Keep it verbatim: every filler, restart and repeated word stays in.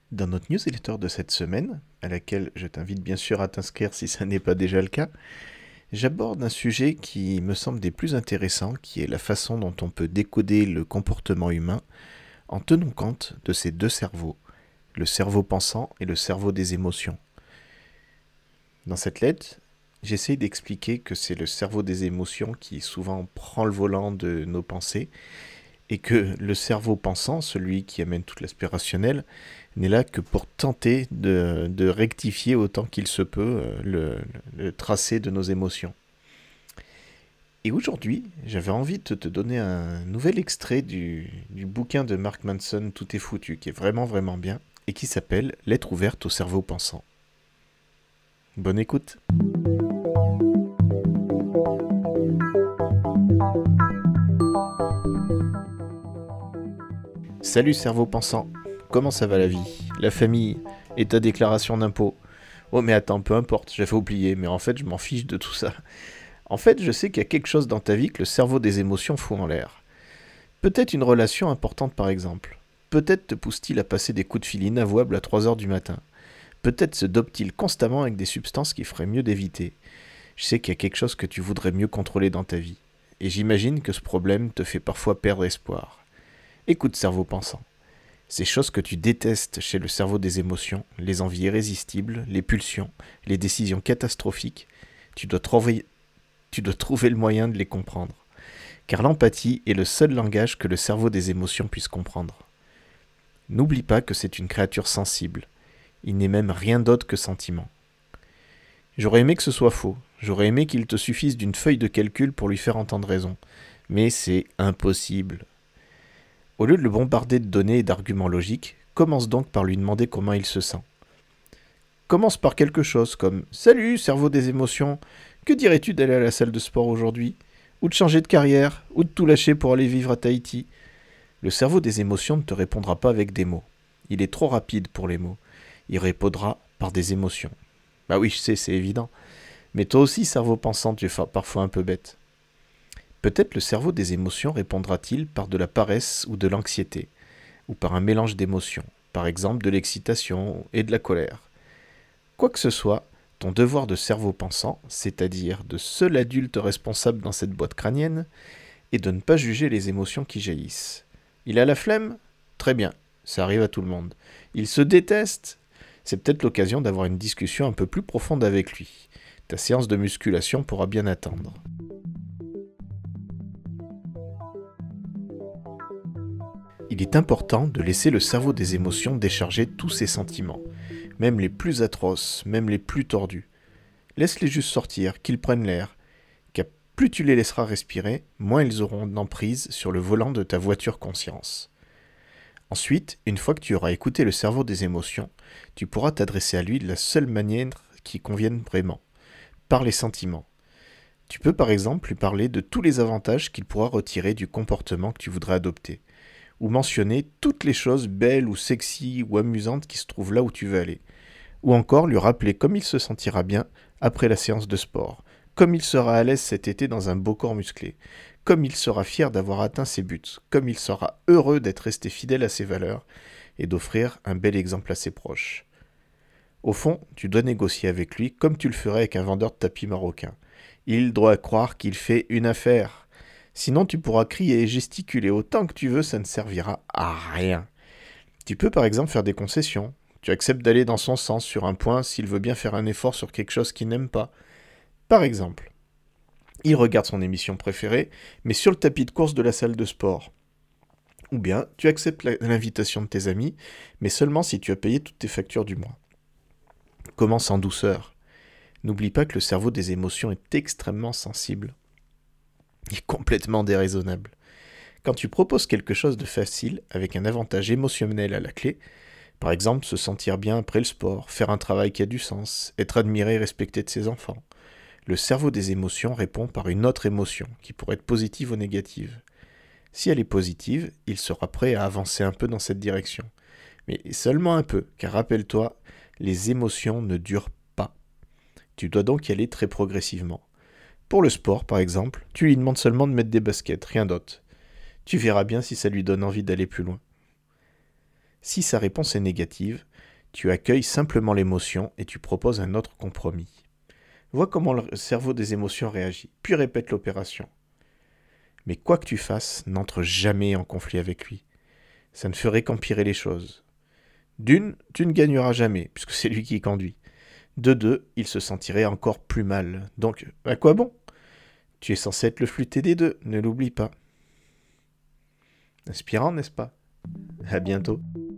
Dans notre newsletter de cette semaine, à laquelle je t'invite bien sûr à t'inscrire si ça n'est pas déjà le cas, j'aborde un sujet qui me semble des plus intéressants, qui est la façon dont on peut décoder le comportement humain en tenant compte de ces deux cerveaux, le cerveau pensant et le cerveau des émotions. Dans cette lettre, j'essaye d'expliquer que c'est le cerveau des émotions qui souvent prend le volant de nos pensées et que le cerveau pensant, celui qui amène tout l'aspect rationnel, n'est là que pour tenter de, de rectifier autant qu'il se peut euh, le, le tracé de nos émotions. Et aujourd'hui, j'avais envie de te donner un nouvel extrait du, du bouquin de Mark Manson, Tout est foutu, qui est vraiment vraiment bien, et qui s'appelle Lettre ouverte au cerveau pensant. Bonne écoute. Salut cerveau pensant, comment ça va la vie, la famille et ta déclaration d'impôt? Oh mais attends, peu importe, j'avais oublié, mais en fait je m'en fiche de tout ça. En fait, je sais qu'il y a quelque chose dans ta vie que le cerveau des émotions fout en l'air. Peut-être une relation importante par exemple. Peut-être te pousse-t-il à passer des coups de fil inavouables à trois heures du matin. Peut-être se dope-t-il constamment avec des substances qu'il ferait mieux d'éviter. Je sais qu'il y a quelque chose que tu voudrais mieux contrôler dans ta vie. Et j'imagine que ce problème te fait parfois perdre espoir. Écoute cerveau pensant. Ces choses que tu détestes chez le cerveau des émotions, les envies irrésistibles, les pulsions, les décisions catastrophiques, tu dois trouver, tu dois trouver le moyen de les comprendre. Car l'empathie est le seul langage que le cerveau des émotions puisse comprendre. N'oublie pas que c'est une créature sensible. Il n'est même rien d'autre que sentiment. J'aurais aimé que ce soit faux. J'aurais aimé qu'il te suffise d'une feuille de calcul pour lui faire entendre raison. Mais c'est impossible. Au lieu de le bombarder de données et d'arguments logiques, commence donc par lui demander comment il se sent. Commence par quelque chose comme « Salut, cerveau des émotions, que dirais-tu d'aller à la salle de sport aujourd'hui ? Ou de changer de carrière ? Ou de tout lâcher pour aller vivre à Tahiti ?» Le cerveau des émotions ne te répondra pas avec des mots. Il est trop rapide pour les mots. Il répondra par des émotions. Bah oui, je sais, c'est évident. Mais toi aussi, cerveau pensant, tu es parfois un peu bête. Peut-être le cerveau des émotions répondra-t-il par de la paresse ou de l'anxiété, ou par un mélange d'émotions, par exemple de l'excitation et de la colère. Quoi que ce soit, ton devoir de cerveau pensant, c'est-à-dire de seul adulte responsable dans cette boîte crânienne, est de ne pas juger les émotions qui jaillissent. Il a la flemme ? Très bien, ça arrive à tout le monde. Il se déteste ? C'est peut-être l'occasion d'avoir une discussion un peu plus profonde avec lui. Ta séance de musculation pourra bien attendre. Il est important de laisser le cerveau des émotions décharger tous ses sentiments, même les plus atroces, même les plus tordus. Laisse-les juste sortir, qu'ils prennent l'air, car plus tu les laisseras respirer, moins ils auront d'emprise sur le volant de ta voiture conscience. Ensuite, une fois que tu auras écouté le cerveau des émotions, tu pourras t'adresser à lui de la seule manière qui convienne vraiment, par les sentiments. Tu peux par exemple lui parler de tous les avantages qu'il pourra retirer du comportement que tu voudrais adopter, ou mentionner toutes les choses belles ou sexy ou amusantes qui se trouvent là où tu veux aller. Ou encore lui rappeler comme il se sentira bien après la séance de sport, comme il sera à l'aise cet été dans un beau corps musclé, comme il sera fier d'avoir atteint ses buts, comme il sera heureux d'être resté fidèle à ses valeurs et d'offrir un bel exemple à ses proches. Au fond, tu dois négocier avec lui comme tu le ferais avec un vendeur de tapis marocain. Il doit croire qu'il fait une affaire. Sinon, tu pourras crier et gesticuler autant que tu veux, ça ne servira à rien. Tu peux par exemple faire des concessions. Tu acceptes d'aller dans son sens sur un point s'il veut bien faire un effort sur quelque chose qu'il n'aime pas. Par exemple, il regarde son émission préférée, mais sur le tapis de course de la salle de sport. Ou bien, tu acceptes l'invitation de tes amis, mais seulement si tu as payé toutes tes factures du mois. Commence en douceur. N'oublie pas que le cerveau des émotions est extrêmement sensible. Il est complètement déraisonnable. Quand tu proposes quelque chose de facile, avec un avantage émotionnel à la clé, par exemple se sentir bien après le sport, faire un travail qui a du sens, être admiré et respecté de ses enfants, le cerveau des émotions répond par une autre émotion, qui pourrait être positive ou négative. Si elle est positive, il sera prêt à avancer un peu dans cette direction. Mais seulement un peu, car rappelle-toi, les émotions ne durent pas. Tu dois donc y aller très progressivement. Pour le sport, par exemple, tu lui demandes seulement de mettre des baskets, rien d'autre. Tu verras bien si ça lui donne envie d'aller plus loin. Si sa réponse est négative, tu accueilles simplement l'émotion et tu proposes un autre compromis. Vois comment le cerveau des émotions réagit, puis répète l'opération. Mais quoi que tu fasses, n'entre jamais en conflit avec lui. Ça ne ferait qu'empirer les choses. D'une, tu ne gagneras jamais, puisque c'est lui qui conduit. De deux, il se sentirait encore plus mal. Donc, à quoi bon? Tu es censé être le flûté des deux, ne l'oublie pas. Inspirant, n'est-ce pas? À bientôt.